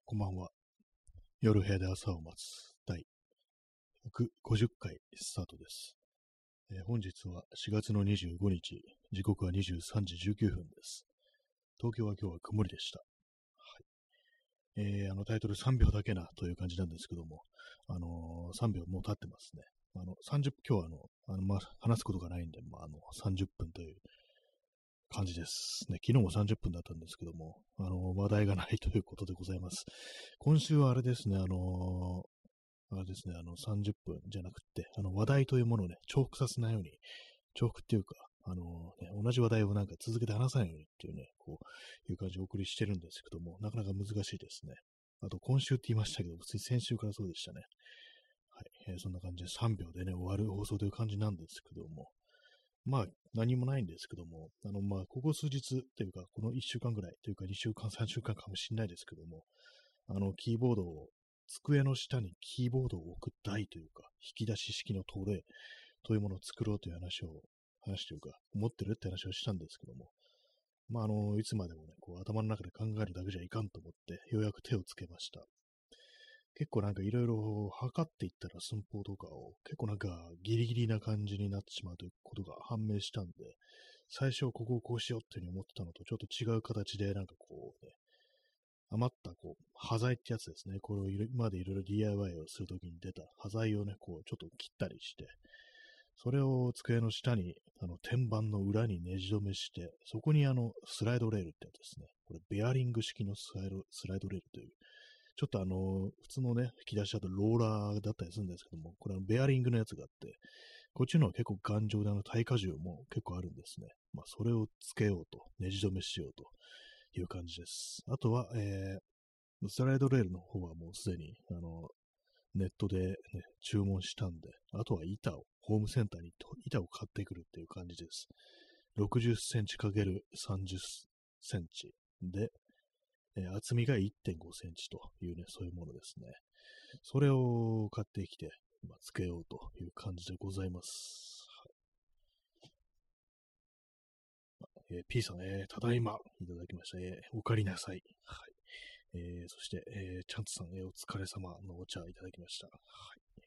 こんばんは。夜部屋で朝を待つ第150回スタートです。本日は4月の25日、時刻は23時19分です。東京は今日は曇りでした。タイトル3秒だけなという感じなんですけども、3秒もう経ってますね。今日は話すことがないんで、30分という感じですね。昨日も30分だったんですけども、話題がないということでございます。今週はあれですね、30分じゃなくて、話題というものをね、重複させないように、重複っていうか、同じ話題をなんか続けて話さないようにっていうね、こういう感じでお送りしてるんですけども、なかなか難しいですね。あと、今週って言いましたけど、普通に先週からそうでしたね。はい。そんな感じで3秒でね、終わる放送という感じなんですけども、何もないんですけども、ここ数日というか、この1週間ぐらいというか、2週間、3週間かもしれないですけども、キーボードを、机の下にキーボードを置く台というか、引き出し式のトレイというものを作ろうという話というか、思ってるって話をしたんですけども、いつまでもね、こう頭の中で考えるだけじゃいかんと思って、ようやく手をつけました。結構なんかいろいろ測っていったら寸法とかを結構なんかギリギリな感じになってしまうということが判明したんで、最初ここをこうしようっていうふうに思ってたのとちょっと違う形でなんかこうね、余ったこう端材ってやつですね。これを今までいろいろ DIY をするときに出た端材をね、こうちょっと切ったりして、それを机の下に、天板の裏にねじ止めして、そこにスライドレールってやつですね。これ、ベアリング式のスライドレールという、ちょっと普通のね、引き出しだとローラーだったりするんですけども、これはベアリングのやつがあって、こっちのは結構頑丈で耐荷重も結構あるんですね。それをつけようと、ねじ止めしようという感じです。あとは、スライドレールの方はもうすでに、ネットで、ね、注文したんで、あとはホームセンターに板を買ってくるっていう感じです。60センチ ×30 センチで、厚みが1.5センチというね、そういうものですね。それを買ってきて、つけようという感じでございます。P さん、ただいまいただきました。お帰りなさい。はい。そして、チャンツさん、お疲れ様のお茶いただきました。はい。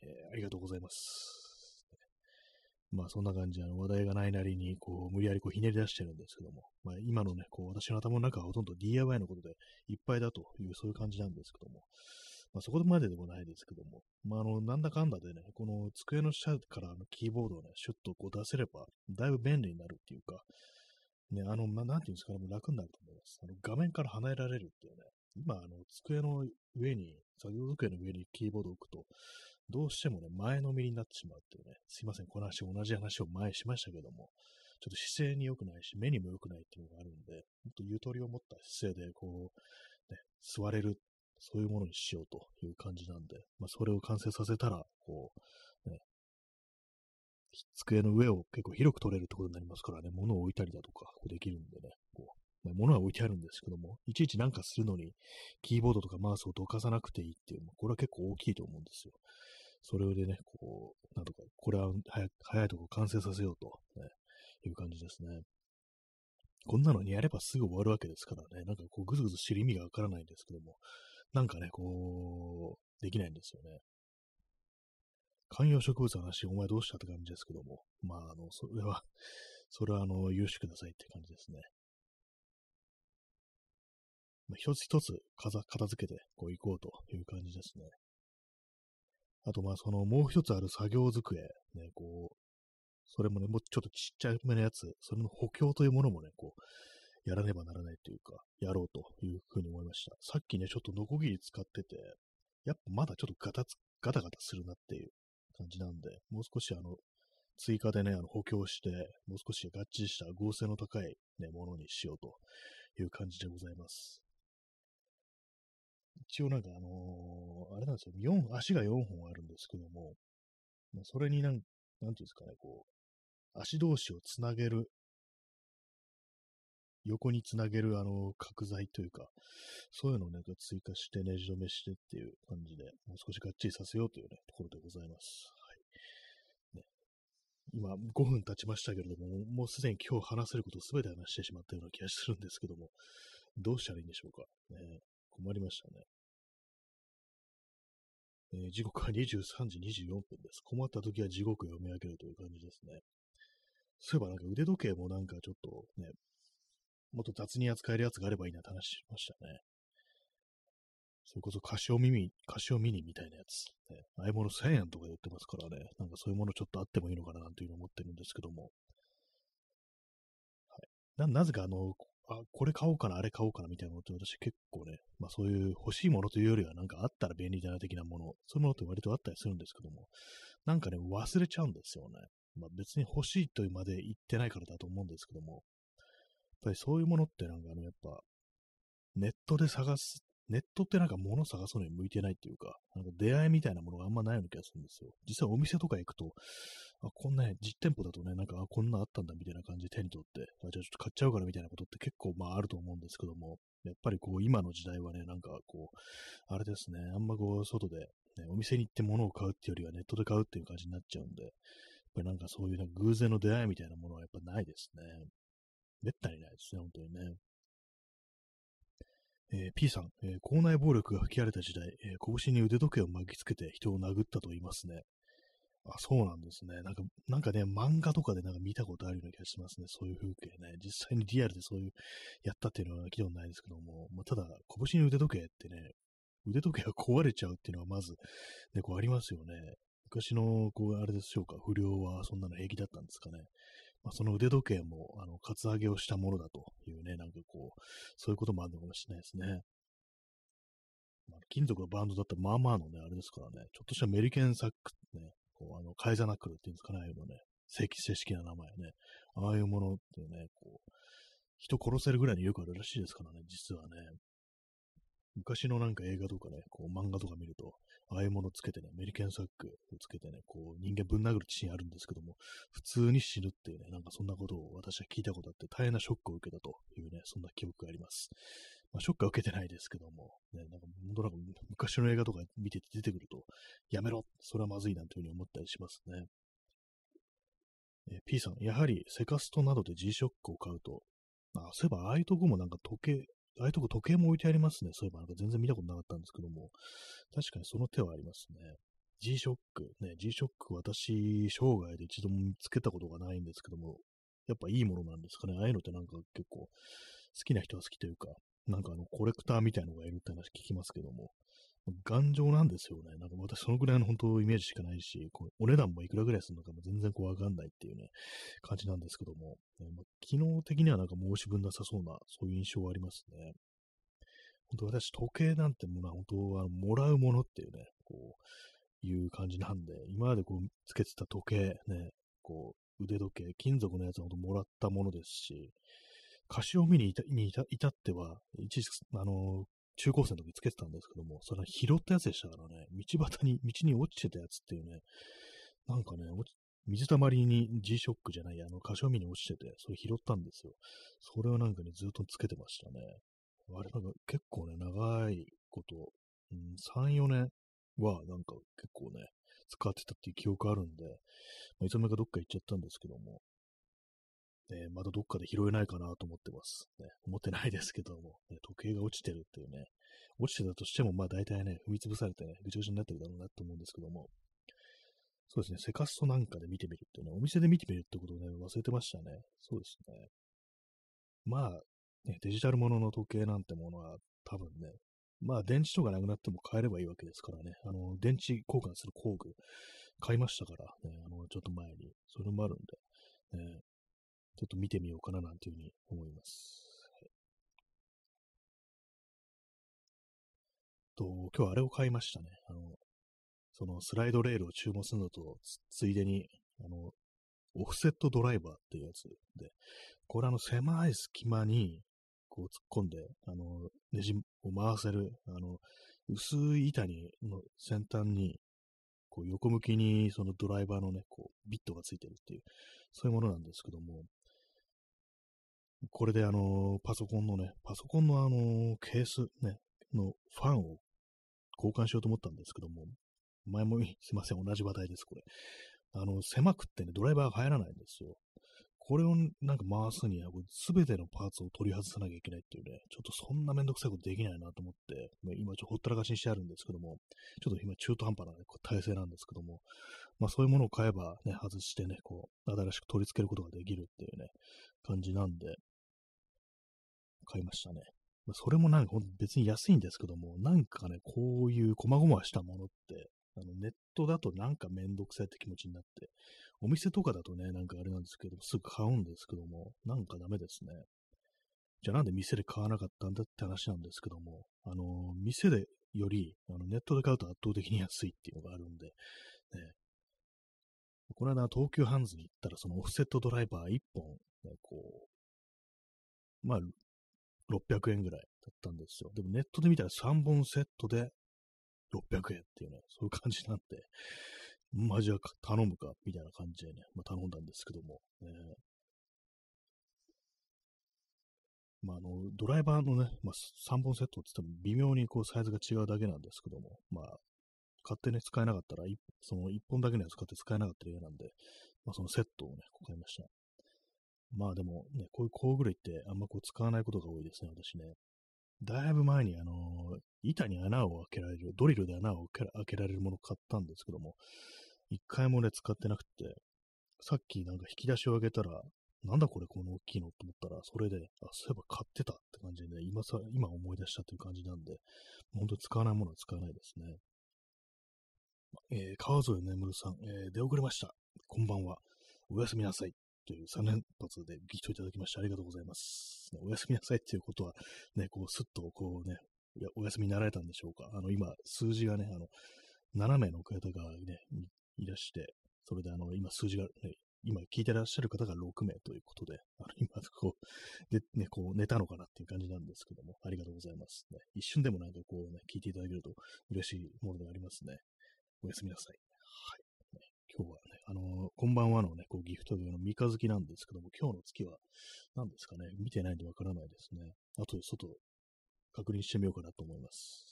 ありがとうございます。そんな感じで、話題がないなりに、こう、無理やりこうひねり出してるんですけども、今のね、こう、私の頭の中はほとんど DIY のことでいっぱいだという、そういう感じなんですけども、そこまででもないですけども、なんだかんだでね、この机の下からキーボードをね、シュッとこう出せれば、だいぶ便利になるっていうか、ね、なんていうんですかね、もう楽になると思います。画面から離れられるっていうね、今、机の上に、作業机の上にキーボードを置くと、どうしてもね、前のめりになってしまうっていうね、すいません、同じ話を前にしましたけども、ちょっと姿勢に良くないし、目にも良くないっていうのがあるんで、もっとゆとりを持った姿勢で、こう、ね、座れる、そういうものにしようという感じなんで、それを完成させたら、こう、ね、机の上を結構広く取れるってことになりますからね、物を置いたりだとかできるんでね、物は置いてあるんですけども、いちいちなんかするのに、キーボードとかマウスをどかさなくていいっていう、これは結構大きいと思うんですよ。それでね、こう、なんとか、これは早いとこ完成させようと、ね、いう感じですね。こんなのにやればすぐ終わるわけですからね、なんかこう、ぐずぐずしてる意味がわからないんですけども、なんかね、こう、できないんですよね。観葉植物の話、お前どうしたって感じですけども、それは許してくださいって感じですね。一つ一つ片付けてこう行こうという感じですね。あと、もう一つある作業机、ね、こう、それもね、もうちょっとちっちゃいめのやつ、それの補強というものもね、こう、やらねばならないというか、やろうというふうに思いました。さっきね、ちょっとノコギリ使ってて、やっぱまだちょっとガタガタするなっていう感じなんで、もう少し追加でね、補強して、もう少し合致した合成の高い、ね、ものにしようという感じでございます。一応なんかあれなんですよ、足が4本あるんですけども、それになんていうんですかね、こう、足同士をつなげる、横につなげる角材というか、そういうのをなんか追加してねじ止めしてっていう感じで、もう少しがっちりさせようというね、ところでございます。はい。ね、今5分経ちましたけれども、もうすでに今日話せることを全て話してしまったような気がするんですけども、どうしたらいいんでしょうか。ね、困りましたね。 時刻は23時24分です。困った時は地獄を読み上げるという感じですね。そういえばなんか腕時計もなんかちょっとね、もっと雑に扱えるやつがあればいいなって話しましたね。それこそカシオミニみたいなやつ。ね、ああいうもの1000円とかで売ってますからね。なんかそういうものちょっとあってもいいのかななんていうのを思ってるんですけども。はい、なぜかこれ買おうかな、あれ買おうかなみたいなのって私結構ね、まあそういう欲しいものというよりはなんかあったら便利だな的なもの、そういうものって割とあったりするんですけども、なんかね、忘れちゃうんですよね。まあ別に欲しいというまで言ってないからだと思うんですけども、やっぱりそういうものってなんかやっぱネットで探す、ネットってなんか物探すのに向いてないっていうか、なんか出会いみたいなものがあんまないような気がするんですよ。実際お店とか行くと、こんなね、実店舗だとね、なんか、こんなあったんだみたいな感じで手に取って、じゃあちょっと買っちゃうからみたいなことって結構まああると思うんですけども、やっぱりこう今の時代はね、なんかこう、あれですね、あんまこう外で、ね、お店に行って物を買うっていうよりはネットで買うっていう感じになっちゃうんで、やっぱりなんかそういうなんか偶然の出会いみたいなものはやっぱないですね。めったにないですね、本当にね。P さん、校内暴力が吹き荒れた時代、拳に腕時計を巻きつけて人を殴ったと言いますね。そうなんですね。なんかね、漫画とかでなんか見たことあるような気がしますね。そういう風景ね。実際にリアルでそういう、やったっていうのは聞いたことないですけども、まあ、ただ、拳に腕時計ってね、腕時計が壊れちゃうっていうのはまず、ね、こうありますよね。昔の、こう、あれでしょうか、不良はそんなの平気だったんですかね。まあ、その腕時計も、カツアゲをしたものだというね、なんかこう、そういうこともあるのかもしれないですね。金属のバンドだったらまあまあのね、あれですからね、ちょっとしたメリケンサックね、こうカイザナックルっていうんですかね、ああいうのね、正式な名前ね、ああいうものってね、こう、人殺せるぐらいによくあるらしいですからね、実はね。昔のなんか映画とかね、こう漫画とか見ると、ああいうものつけてね、メリケンサックをつけてね、こう人間ぶん殴るシーンあるんですけども、普通に死ぬっていうね、なんかそんなことを私は聞いたことあって、大変なショックを受けたというね、そんな記憶があります。まあ、ショックは受けてないですけども、ね、なんか本当なんか昔の映画とか見てて出てくると、やめろ、それはまずいなんていうふうに思ったりしますね。P さん、やはりセカストなどで G-SHOCK を買うと、そういえばああいうとこもなんかああいうとこ時計も置いてありますね。そういえばなんか全然見たことなかったんですけども、確かにその手はありますね。G-SHOCK、ね、G-SHOCK 私、生涯で一度も見つけたことがないんですけども、やっぱいいものなんですかね。ああいうのってなんか結構好きな人は好きというか、なんかコレクターみたいのがいるって話聞きますけども、頑丈なんですよね。なんか私そのぐらいの本当イメージしかないし、こうお値段もいくらぐらいするのかも全然こうわかんないっていうね、感じなんですけども、機能的にはなんか申し分なさそうな、そういう印象はありますね。本当私、時計なんてものは本当はもらうものっていうね、こういう感じなんで、今までこうつけてた時計ね、こう腕時計、金属のやつは本当もらったものですし、カシオミニに至っては、一時、中高生の時つけてたんですけども、それは拾ったやつでしたからね、道に落ちてたやつっていうね、なんかね、水たまりに G-SHOCK じゃない、カシオミニ落ちてて、それ拾ったんですよ。それをなんかね、ずっとつけてましたね。あれなんか結構ね、長いこと、3、4年はなんか結構ね、使ってたっていう記憶あるんで、いつの間にかどっか行っちゃったんですけども、まだどっかで拾えないかなと思ってます。ね、思ってないですけども、ね、時計が落ちてるっていうね、落ちてたとしても、まあ大体ね、踏み潰されてね、ぐちゃぐちゃになってるだろうなと思うんですけども、そうですね、セカストなんかで見てみるっていうね、お店で見てみるってことをね、忘れてましたね。そうですね。まあ、ね、デジタルものの時計なんてものは多分ね、まあ電池とかなくなっても買えればいいわけですからね、電池交換する工具買いましたからね、ちょっと前に、それもあるんで、ちょっと見てみようかななんていうふうに思います。今日はあれを買いましたね。そのスライドレールを注文するのとついでに、オフセットドライバーっていうやつで、これ狭い隙間に、こう突っ込んで、ネジを回せる、薄い板の先端に、こう横向きにそのドライバーのね、こうビットがついてるっていう、そういうものなんですけども、これでパソコンのケースね、のファンを交換しようと思ったんですけども、前もすいません、同じ話題です、これ。狭くってね、ドライバーが入らないんですよ。 これをなんか回すには、すべてのパーツを取り外さなきゃいけないっていうね、ちょっとそんなめんどくさいことできないなと思って、まあ今ちょっとほったらかしにしてあるんですけども、ちょっと今中途半端な、ね、体勢なんですけども、まあそういうものを買えばね、外してね、新しく取り付けることができるっていうね、感じなんで、買いましたね。まあ、それもなんか別に安いんですけども、なんかね、こういう細々したものって、ネットだとなんかめんどくさいって気持ちになって、お店とかだとね、なんかあれなんですけど、すぐ買うんですけども、なんかダメですね。じゃあなんで店で買わなかったんだって話なんですけども、店でより、ネットで買うと圧倒的に安いっていうのがあるんで、ね、この間東急ハンズに行ったら、そのオフセットドライバー1本、ね、まあ、600円ぐらいだったんですよ。でもネットで見たら3本セットで600円っていうね、そういう感じになって、まあじゃあ頼むか、みたいな感じでね、まあ、頼んだんですけども、まあドライバーのね、まあ、3本セットって言っても微妙にサイズが違うだけなんですけども、まあ、買ってね、使えなかったら、その1本だけのやつ買って使えなかったら嫌なんで、まあそのセットをね、買いました。まあでもね、こういう工具類ってあんま使わないことが多いですね、私ね。だいぶ前に板に穴を開けられる、ドリルで穴を開けられるものを買ったんですけども、一回もね、使ってなくて、さっきなんか引き出しを開けたら、なんだこれこの大きいのと思ったら、それで、あ、そういえば買ってたって感じでね、今思い出したという感じなんで、本当に使わないものは使わないですね。川添眠さん、出遅れました。こんばんは。おやすみなさい。という3連発でギフトいただきましてありがとうございます。ね、おやすみなさいっていうことは、ね、スッとね、お休みになられたんでしょうか。今、数字がね、7名の方がね、いらして、それで今数字がね、今聞いてらっしゃる方が6名ということで、今、で、ね、寝たのかなっていう感じなんですけども、ありがとうございます。ね、一瞬でもなんかね、聞いていただけると嬉しいものでありますね。おやすみなさい。はい。ね、今日はね、こんばんはのね、ギフト用の三日月なんですけども、今日の月は何ですかね、見てないんでわからないですね。後で外確認してみようかなと思います。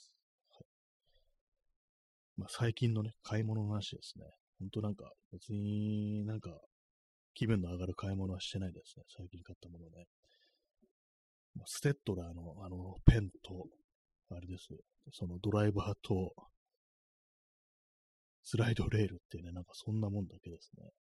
はい。まあ、最近のね、買い物の話ですね。ほんとなんか、別になんか、気分の上がる買い物はしてないですね。最近買ったものね。まあ、ステッドラーのペンと、あれです。そのドライバーと、スライドレールっていうね、なんかそんなもんだけですね。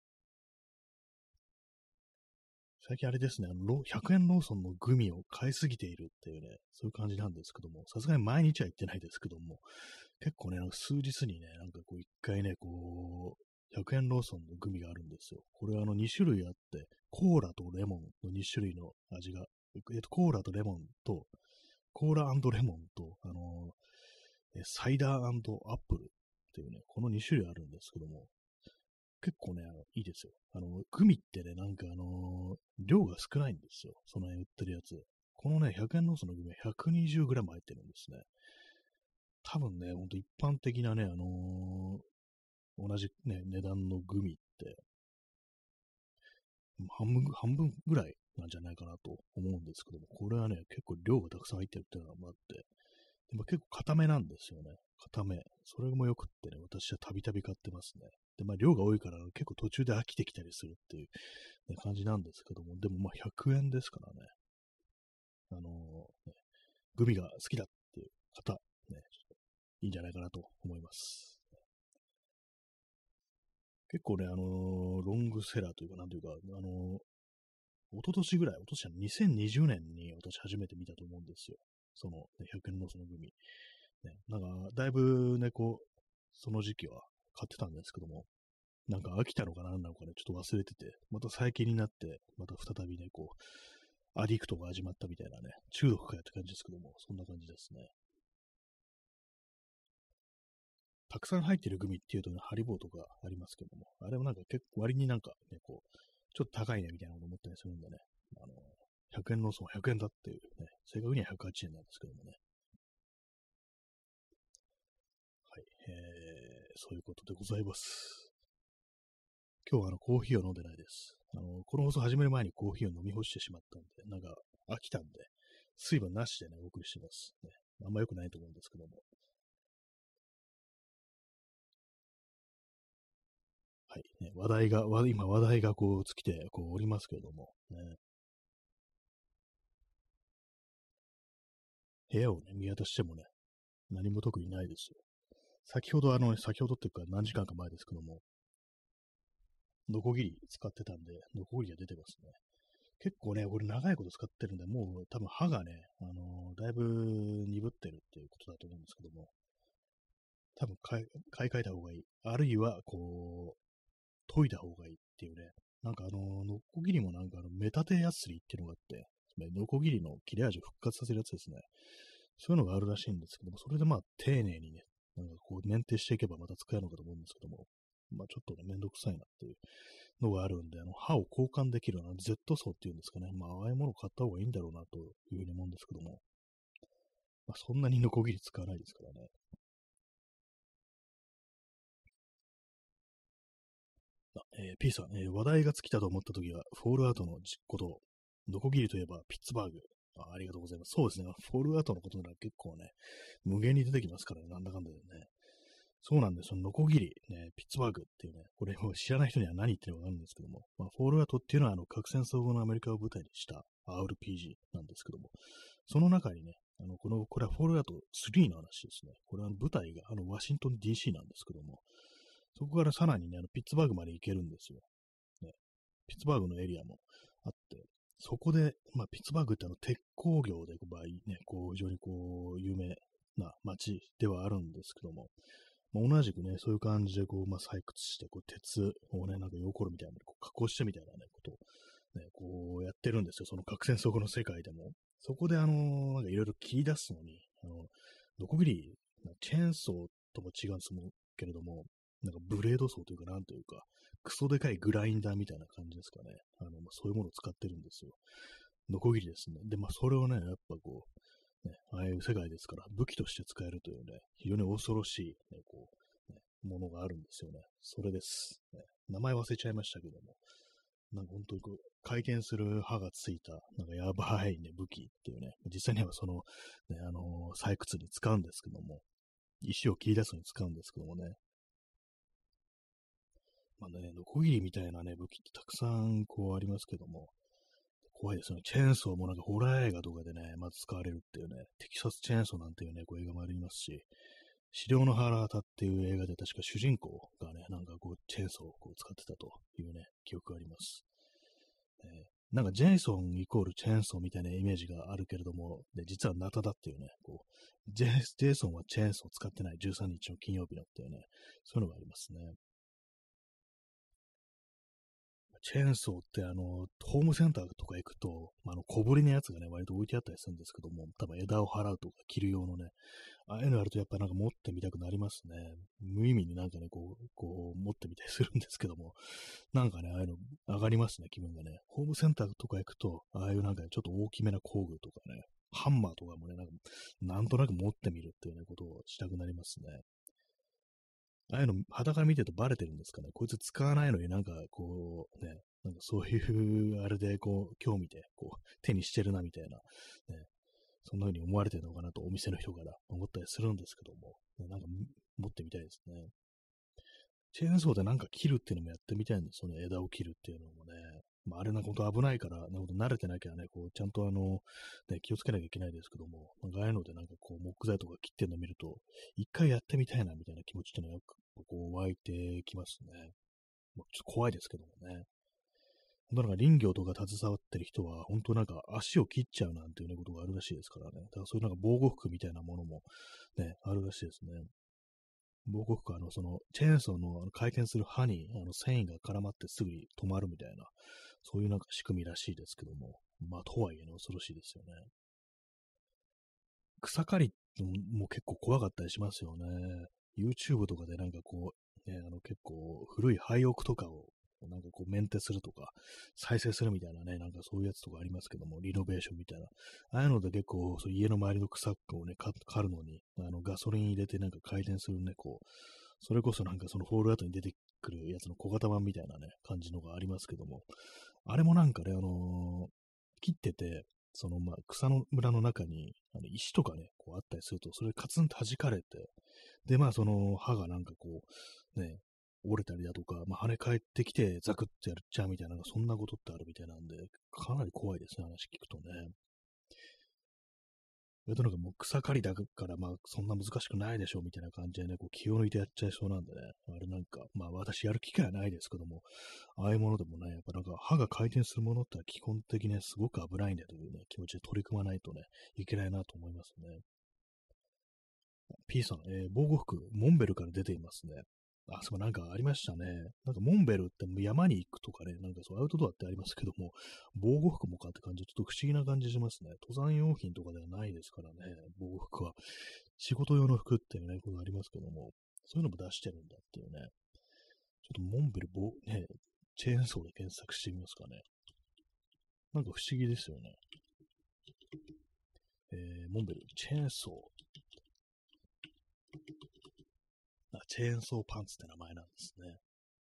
最近あれですね、100円ローソンのグミを買いすぎているっていうね、そういう感じなんですけども、さすがに毎日は行ってないですけども、結構ね、なんか数日にね、なんか一回ね、100円ローソンのグミがあるんですよ。これ2種類あって、コーラとレモンの2種類の味が、コーラとレモンと、コーラレモンと、サイダーアップルっていうね、この2種類あるんですけども、結構ね、いいですよ。グミってね、なんか量が少ないんですよ。その辺売ってるやつ。このね、100円ローソンのグミは 120g 入ってるんですね。多分ね、ほんと一般的なね、同じね、値段のグミって、半分ぐらいなんじゃないかなと思うんですけども、これはね、結構量がたくさん入ってるっていうのがあって、でも結構固めなんですよね。固め。それもよくってね、私はたびたび買ってますね。で、まあ量が多いから結構途中で飽きてきたりするっていう、ね、感じなんですけども、でもまあ100円ですからね。ね、グミが好きだっていう方、ね、ちょっといいんじゃないかなと思います。結構ね、ロングセラーというか、なんというか、一昨年ぐらい、一昨年は2020年に私初めて見たと思うんですよ。その、ね、100円のそのグミ。ね、なんか、だいぶね、その時期は買ってたんですけども、なんか飽きたのかなんなのかね、ちょっと忘れてて、また最近になって、また再びね、アディクトが始まったみたいなね、中毒かやって感じですけども、そんな感じですね。たくさん入ってるグミっていうとね、ハリボーとかありますけども、あれもなんか結構割になんかね、ちょっと高いねみたいなこと思ったりするんでね、100円ローソンは100円だっていうね、正確には108円なんですけどもね。はい、そういうことでございます。今日はコーヒーを飲んでないです。この放送始める前にコーヒーを飲み干してしまったんで、なんか飽きたんで、水分なしでね、お送りしてます。ね、あんま良くないと思うんですけども。はい。 はい、ね、今話題がこう尽きてこうおりますけれども、ね、部屋をね、見渡してもね、何も特にないですよ。先ほどっていうか何時間か前ですけども、ノコギリ使ってたんで、ノコギリが出てますね。結構ね、俺長いこと使ってるんで、もう多分歯がね、だいぶ鈍ってるっていうことだと思うんですけども、多分買い替えた方がいい。あるいは、こう、研いだ方がいいっていうね。なんかノコギリもなんかメタテヤスリっていうのがあって、ノコギリの切れ味を復活させるやつですね。そういうのがあるらしいんですけども、それでまあ丁寧にね、なんかこうメンテしていけばまた使えるのかと思うんですけども、まあちょっとね、めんどくさいなっていうのがあるんで、刃を交換できるZ 層っていうんですかね。まあ、ああいうものを買った方がいいんだろうなというふうに思うんですけども、まあ、そんなにノコギリ使わないですからね。P さん、話題が尽きたと思ったときは、フォールアウトのこと、ノコギリといえばピッツバーグ。ありがとうございます。そうですね。フォールアウトのことなら結構ね、無限に出てきますからね、なんだかんだでね。そうなんです。そのノコギリ、ね、ピッツバーグっていうね、これも知らない人には何言ってるかわかるんですけども、まあ、フォールアウトっていうのは核戦争後のアメリカを舞台にした RPG なんですけども、その中にね、これはフォールアウト3の話ですね。これは舞台がワシントン DC なんですけども、そこからさらにね、ピッツバーグまで行けるんですよ。ね、ピッツバーグのエリアもあって、そこで、まあ、ピッツバーグって鉄鋼業で場合ね、こう、非常にこう、有名な街ではあるんですけども、まあ、同じくね、そういう感じで、こう、まあ、採掘して、こう、鉄をね、なんかヨーコルみたいなのこう加工してみたいなね、ことを、ね、こう、やってるんですよ。その核戦争後の世界でも。そこで、なんかいろいろ切り出すのに、ノコギリ、チェーンソーとも違うんですけれども、なんかブレードソーというか、なんというか、クソでかいグラインダーみたいな感じですかね。まあ、そういうものを使ってるんですよ。ノコギリですね。で、まあ、それをね、やっぱこう、ね、ああいう世界ですから、武器として使えるというね、非常に恐ろしい、ね、こう、ね、ものがあるんですよね。それです、ね。名前忘れちゃいましたけども、なんか本当にこう、回転する刃がついた、なんかやばいね、武器っていうね、実際にはその、ね、採掘に使うんですけども、石を切り出すのに使うんですけどもね、まあね、ノコギリみたいなね、武器ってたくさんこうありますけども、怖いですよね。チェーンソーもなんかホラー映画とかでね、まず使われるっていうね、テキサスチェーンソーなんていうね、こう映画もありますし、死霊の腹旗っていう映画で確か主人公がね、なんかこう、チェーンソーをこう使ってたというね、記憶があります。なんかジェイソンイコールチェーンソーみたいなイメージがあるけれども、で実はナタだっていうね、こう、ジェイソンはチェーンソーを使ってない13日の金曜日のっていうね、そういうのがありますね。チェーンソーってホームセンターとか行くと、小ぶりのやつがね、割と置いてあったりするんですけども、多分枝を払うとか切る用のね、ああいうのあるとやっぱなんか持ってみたくなりますね。無意味になんかね、こう持ってみたりするんですけども、なんかね、ああいうの上がりますね、気分がね。ホームセンターとか行くと、ああいうなんか、ね、ちょっと大きめな工具とかね、ハンマーとかもね、なんとなく持ってみるっていうね、ことをしたくなりますね。ああいうの、肌から見てるとバレてるんですかね。こいつ使わないのになんか、こう、ね、なんかそういう、あれで、こう、興味で、こう、手にしてるな、みたいな、ね、そんな風に思われてるのかなと、お店の人から思ったりするんですけども、ね、なんか、持ってみたいですね。チェーンソーでなんか切るっていうのもやってみたいんですよね。枝を切るっていうのもね。まあ、あれなんか本当危ないから、ね、ほんと慣れてなきゃね、こう、ちゃんとね、気をつけなきゃいけないですけども、なんかああいうのでなんかこう、木材とか切ってるの見ると、一回やってみたいなみたいな気持ちっていうのはよくこう湧いてきますね。もうちょっと怖いですけどもね。本当なんか林業とか携わってる人は、本当なんか足を切っちゃうなんていうね、ことがあるらしいですからね。だからそういうなんか防護服みたいなものもね、あるらしいですね。防護服は、その、チェーンソーの回転する刃に、繊維が絡まってすぐに止まるみたいな、そういうなんか仕組みらしいですけども、まあ、とはいえね、恐ろしいですよね。草刈りも結構怖かったりしますよね。YouTube とかでなんかこう、ね、結構古い廃屋とかをなんかこうメンテするとか、再生するみたいなね、なんかそういうやつとかありますけども、リノベーションみたいな。ああいうので結構、そう家の周りの草をね、刈るのに、ガソリン入れてなんか回転するね、こう、それこそなんかそのホールアウトに出てくるやつの小型版みたいなね、感じのがありますけども、あれもなんかね、切ってて、そのまあ草の村の中に石とかね、こうあったりすると、それカツンと弾かれて、で、まあその刃がなんかこう、ね、 折れたりだとか、跳ね返ってきてザクッとやっちゃうみたいな、そんなことってあるみたいなんで、かなり怖いですね、話聞くとね。となんかもう草刈りだから、そんな難しくないでしょうみたいな感じでね、こう気を抜いてやっちゃいそうなんでね、あれなんか、私やる機会はないですけども、ああいうものでもね、やっぱなんか歯が回転するものって基本的にね、すごく危ないんだというね、気持ちで取り組まないとね、いけないなと思いますね。P さん、防護服、モンベルから出ていますね。あ、そう、なんかありましたね。なんかモンベルって山に行くとかね、なんかそうアウトドアってありますけども、防護服もかって感じで、ちょっと不思議な感じしますね。登山用品とかではないですからね、防護服は。仕事用の服っていうね、ことありますけども、そういうのも出してるんだっていうね。ちょっとモンベルね、チェーンソーで検索してみますかね。なんか不思議ですよね。モンベル、チェーンソー。チェーンソーパンツって名前なんですね。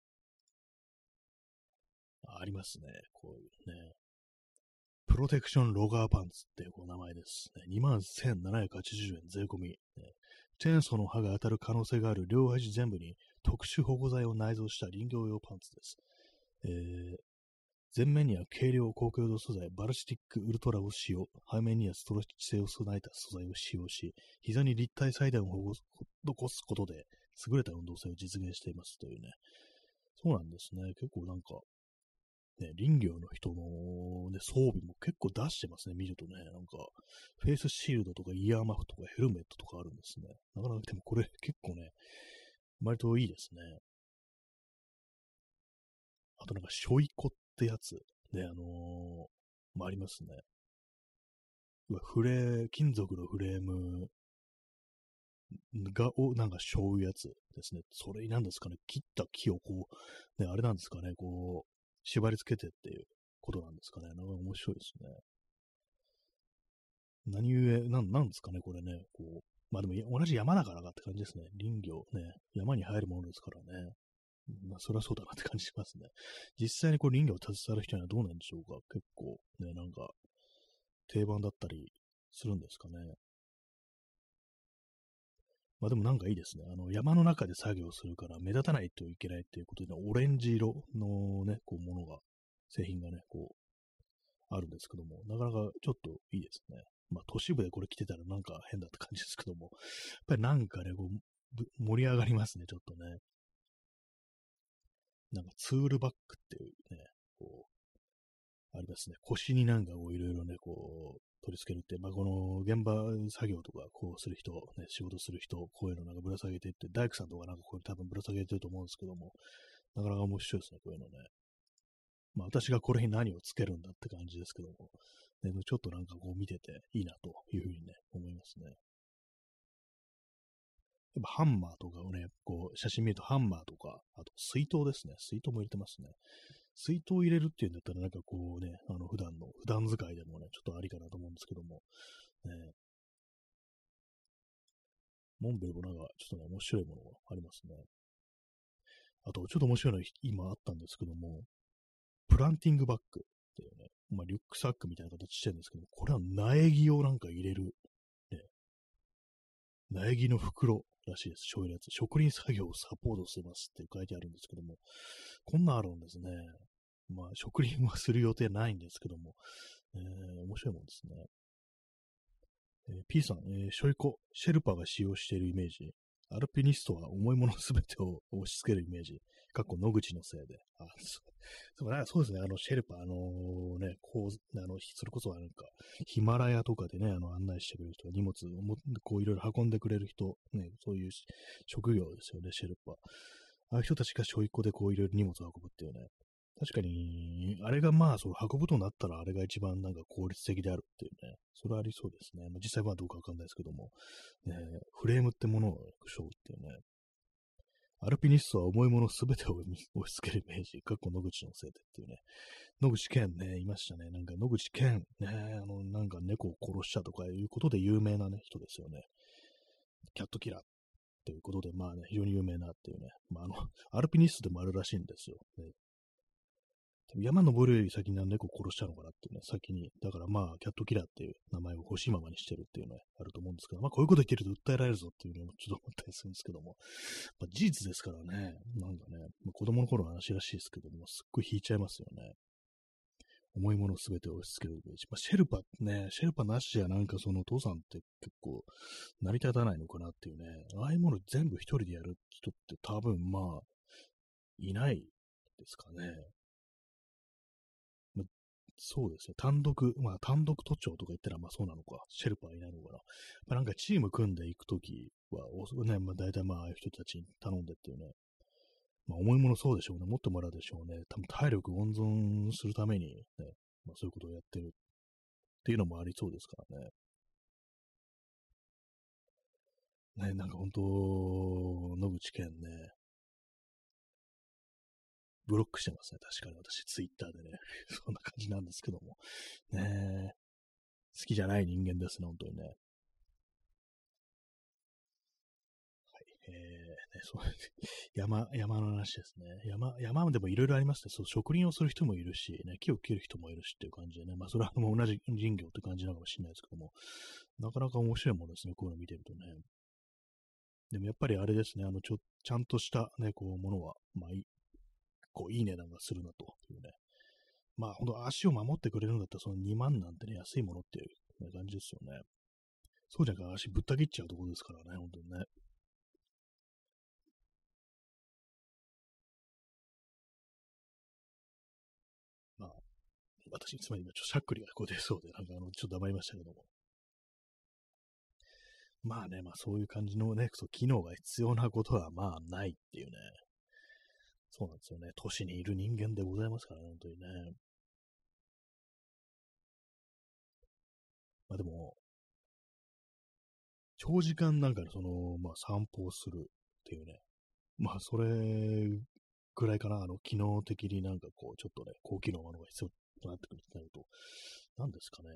ありますね。こういうね。プロテクションロガーパンツっていう名前です。21,780円税込み、チェーンソーの刃が当たる可能性がある両端全部に特殊保護剤を内蔵した林業用パンツです。前面には軽量高強度素材バルスティックウルトラを使用、背面にはストレッチ性を備えた素材を使用し、膝に立体裁断を施すことで優れた運動性を実現していますというね。そうなんですね。結構なんか、ね、林業の人の、ね、装備も結構出してますね、見るとね。なんか、フェイスシールドとかイヤーマフとかヘルメットとかあるんですね。なかなか、でもこれ結構ね、割といいですね。あとなんか、ショイコってやつ、ね、ありますね。金属のフレームをなんか背負うやつですね。それなんですかね、切った木をこう、ね、あれなんですかね、こう、縛り付けてっていうことなんですかね。なんか面白いですね。なんですかね、これね。こう、でも同じ山だからかって感じですね。林業ね。山に入るものですからね。そりゃそうだなって感じしますね。実際にこう林業を携わる人にはどうなんでしょうか。結構ね、なんか定番だったりするんですかね。でもなんかいいですね。山の中で作業するから目立たないといけないっていうことで、オレンジ色のね、こう、ものが、製品がね、こう、あるんですけども、なかなかちょっといいですね。都市部でこれ着てたらなんか変だって感じですけども、やっぱりなんかね、こう、盛り上がりますね、ちょっとね。なんかツールバッグっていうね、こう、ありますね。腰になんかこう、いろいろね、こう、取り付けるって、この現場作業とかこうする人、ね、仕事する人、こういうのなんかぶら下げていって、大工さんとかなんかこれ多分ぶら下げてると思うんですけども、なかなか面白いですね、こういうのね。私がこれに何をつけるんだって感じですけども、ね、ちょっとなんかこう見てていいなというふうにね、思いますね。やっぱハンマーとかをね、こう写真見るとハンマーとか、あと水筒ですね。水筒も入れてますね。水筒入れるっていうんだったらなんかこうね、普段使いでもね、ちょっとありかなと思うんですけども、ね、モンベルもなんかちょっとね、面白いものがありますね。あと、ちょっと面白いのが今あったんですけども、プランティングバッグっていうね、リュックサックみたいな形してるんですけど、これは苗木をなんか入れる、ね、苗木の袋らしいです。そういうやつ。植林作業をサポートしてますって書いてあるんですけども、こんなんあるんですね。植林はする予定ないんですけども、面白いもんですね。P さん、ショイコ、シェルパが使用しているイメージ。アルピニストは重いものすべてを押し付けるイメージ。かっこ野口のせいで。そうですね。シェルパ、ね、それこそなんか、ヒマラヤとかでね、案内してくれる人、荷物をこういろいろ運んでくれる人、ね、そういう職業ですよね、シェルパ。ああいう人たちがしょいこでこういろいろ荷物を運ぶっていうね。確かに、あれがその運ぶとなったら、あれが一番なんか効率的であるっていうね。それはありそうですね。実際はどうかわかんないですけども、ね、フレームってものを背負うっていうね。アルピニストは重いものすべてを押し付けるイメージ。かっこ野口のせいでっていうね。野口健ね、いましたね。なんか野口健、ね、なんか猫を殺したとかいうことで有名なね、人ですよね。キャットキラーということで、非常に有名なっていうね。アルピニストでもあるらしいんですよ。ね、 山登るより先に猫を殺したのかなっていうね、先に。だからまあ、キャットキラーっていう名前を欲しいままにしてるっていうのはあると思うんですけど、まあ、こういうこと言ってると訴えられるぞっていうのもちょっと思ったりするんですけども、まあ、事実ですからね、なんかね、まあ、子供の頃の話らしいですけども、すっごい引いちゃいますよね。重いものすべてを押し付けるイメージ。まあ、シェルパね、シェルパなしじゃなんかそのお父さんって結構成り立たないのかなっていうね、ああいうもの全部一人でやる人って多分まあ、いないですかね。まあ、そうですね。単独都庁とか言ったらまあそうなのか。シェルパーいないのかな。まあ、なんかチーム組んでいくときは、ね、まあ大体まあああいう人たちに頼んでっていうね、まあ、重いものそうでしょうね。持ってもらうでしょうね。多分体力温存するためにね、まあ、そういうことをやってるっていうのもありそうですからね。ね、なんか本当、野口健ね、ブロックしてますね。確かに私、ツイッターでね。そんな感じなんですけども。ね、好きじゃない人間ですね、本当にね。そう山の話ですね。山でもいろいろありますね。そう、植林をする人もいるし、ね、木を切る人もいるしっていう感じでね。まあ、それはもう同じ林業って感じなのかもしれないですけども、なかなか面白いものですね。こういうの見てるとね。でもやっぱりあれですね。ちゃんとしたね、こう、ものは、まあ、いい値段がするなというね。まあ、本当足を守ってくれるんだったら、その2万なんてね、安いものっていう、ね、感じですよね。そうじゃなくて足ぶった切っちゃうところですからね、本当にね。まあ、私、つまり今、しゃっくりがこう出そうで、なんかちょっと黙りましたけども。まあね、まあそういう感じのね、そう機能が必要なことはまあないっていうね。そうなんですよね。都市にいる人間でございますからね、本当にね。まあでも、長時間なんかでまあ散歩をするっていうね。まあそれぐらいかな、機能的になんかこう、ちょっとね、高機能なものが必要となってくるとなると、何ですかね。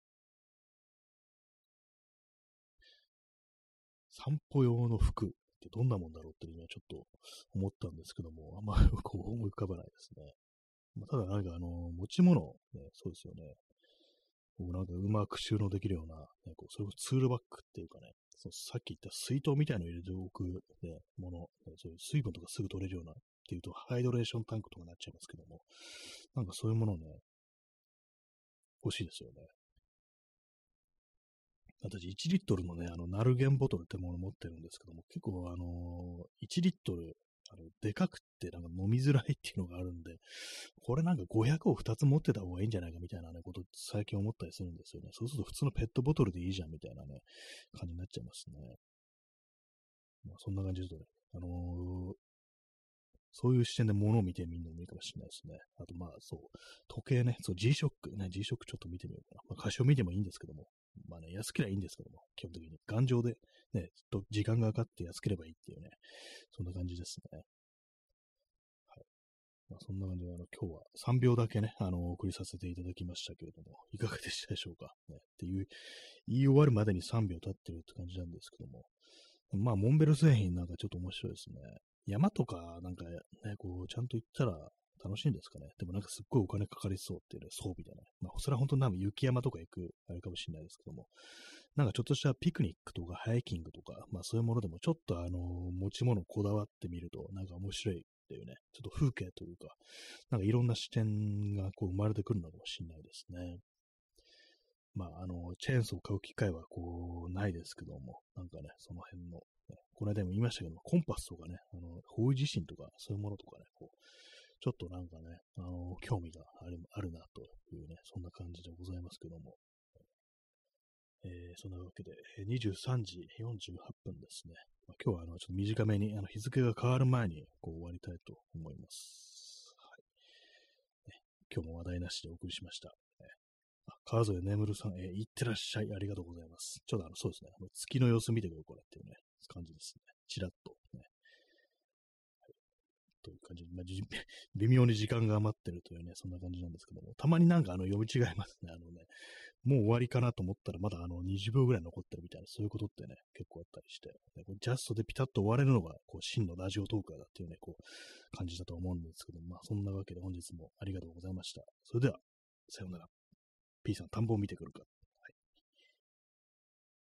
散歩用の服ってどんなもんだろうって今ちょっと思ったんですけども、あんまこう思い浮かばないですね。まあ、ただなんか持ち物、ね、そうですよね。こうなんかうまく収納できるような、ね、こうそれこそツールバッグっていうかね、そのさっき言った水筒みたいのを入れておく、ね、もの、ね、そういう水分とかすぐ取れるようなっていうと、ハイドレーションタンクとかになっちゃいますけども、なんかそういうものをね、欲しいですよね。私、1リットルのね、ナルゲンボトルってものを持ってるんですけども、結構、1リットル、でかくってなんか飲みづらいっていうのがあるんで、これなんか500を2つ持ってた方がいいんじゃないかみたいなね、こと最近思ったりするんですよね。そうすると普通のペットボトルでいいじゃんみたいなね、感じになっちゃいますね。まあ、そんな感じで言うとね、そういう視点で物を見てみるのもいいかもしれないですね。あとまあそう、時計ね、そう G-SHOCK ね、G-SHOCK ちょっと見てみようかな。まあ、歌詞を見てもいいんですけども、まあね、安ければいいんですけども、基本的に。頑丈で、ね、時間がかかって安ければいいっていうね、そんな感じですね。はい。まあ、そんな感じで、今日は3秒だけね、お送りさせていただきましたけれども、いかがでしたでしょうか。ね、っていう、言い終わるまでに3秒経ってるって感じなんですけども、まあ、モンベル製品なんかちょっと面白いですね。山とか、なんかね、こう、ちゃんと行ったら楽しいんですかね。でもなんかすっごいお金かかりそうっていうね、装備でね。まあ、それは本当に雪山とか行く、あれかもしれないですけども。なんかちょっとしたピクニックとかハイキングとか、まあそういうものでもちょっと持ち物こだわってみると、なんか面白いっていうね、ちょっと風景というか、なんかいろんな視点がこう生まれてくるのかもしれないですね。まあ、チェーンソーを買う機会はこう、ないですけども、なんかね、その辺の、ね、この間も言いましたけども、コンパスとかね、方位地震とか、そういうものとかね、こう、ちょっとなんかね、興味があるなというね、そんな感じでございますけども、そんなわけで、23時48分ですね。まあ、今日はちょっと短めに、日付が変わる前にこう終わりたいと思います。はい。ね、今日も話題なしでお送りしました。川添眠さん、いってらっしゃい。ありがとうございます。ちょっとそうですね。月の様子見てくれ、これっていうね、感じですね。ちらっと、ね。 という感じで、微妙に時間が余ってるというね、そんな感じなんですけども、たまになんか読み違いますね。もう終わりかなと思ったら、まだ20秒ぐらい残ってるみたいな、そういうことってね、結構あったりして、こうジャストでピタッと終われるのが、こう、真のラジオトーカーだっていうね、こう、感じだと思うんですけども、まあ、そんなわけで本日もありがとうございました。それでは、さようなら。P さん、田んぼを見てくるか。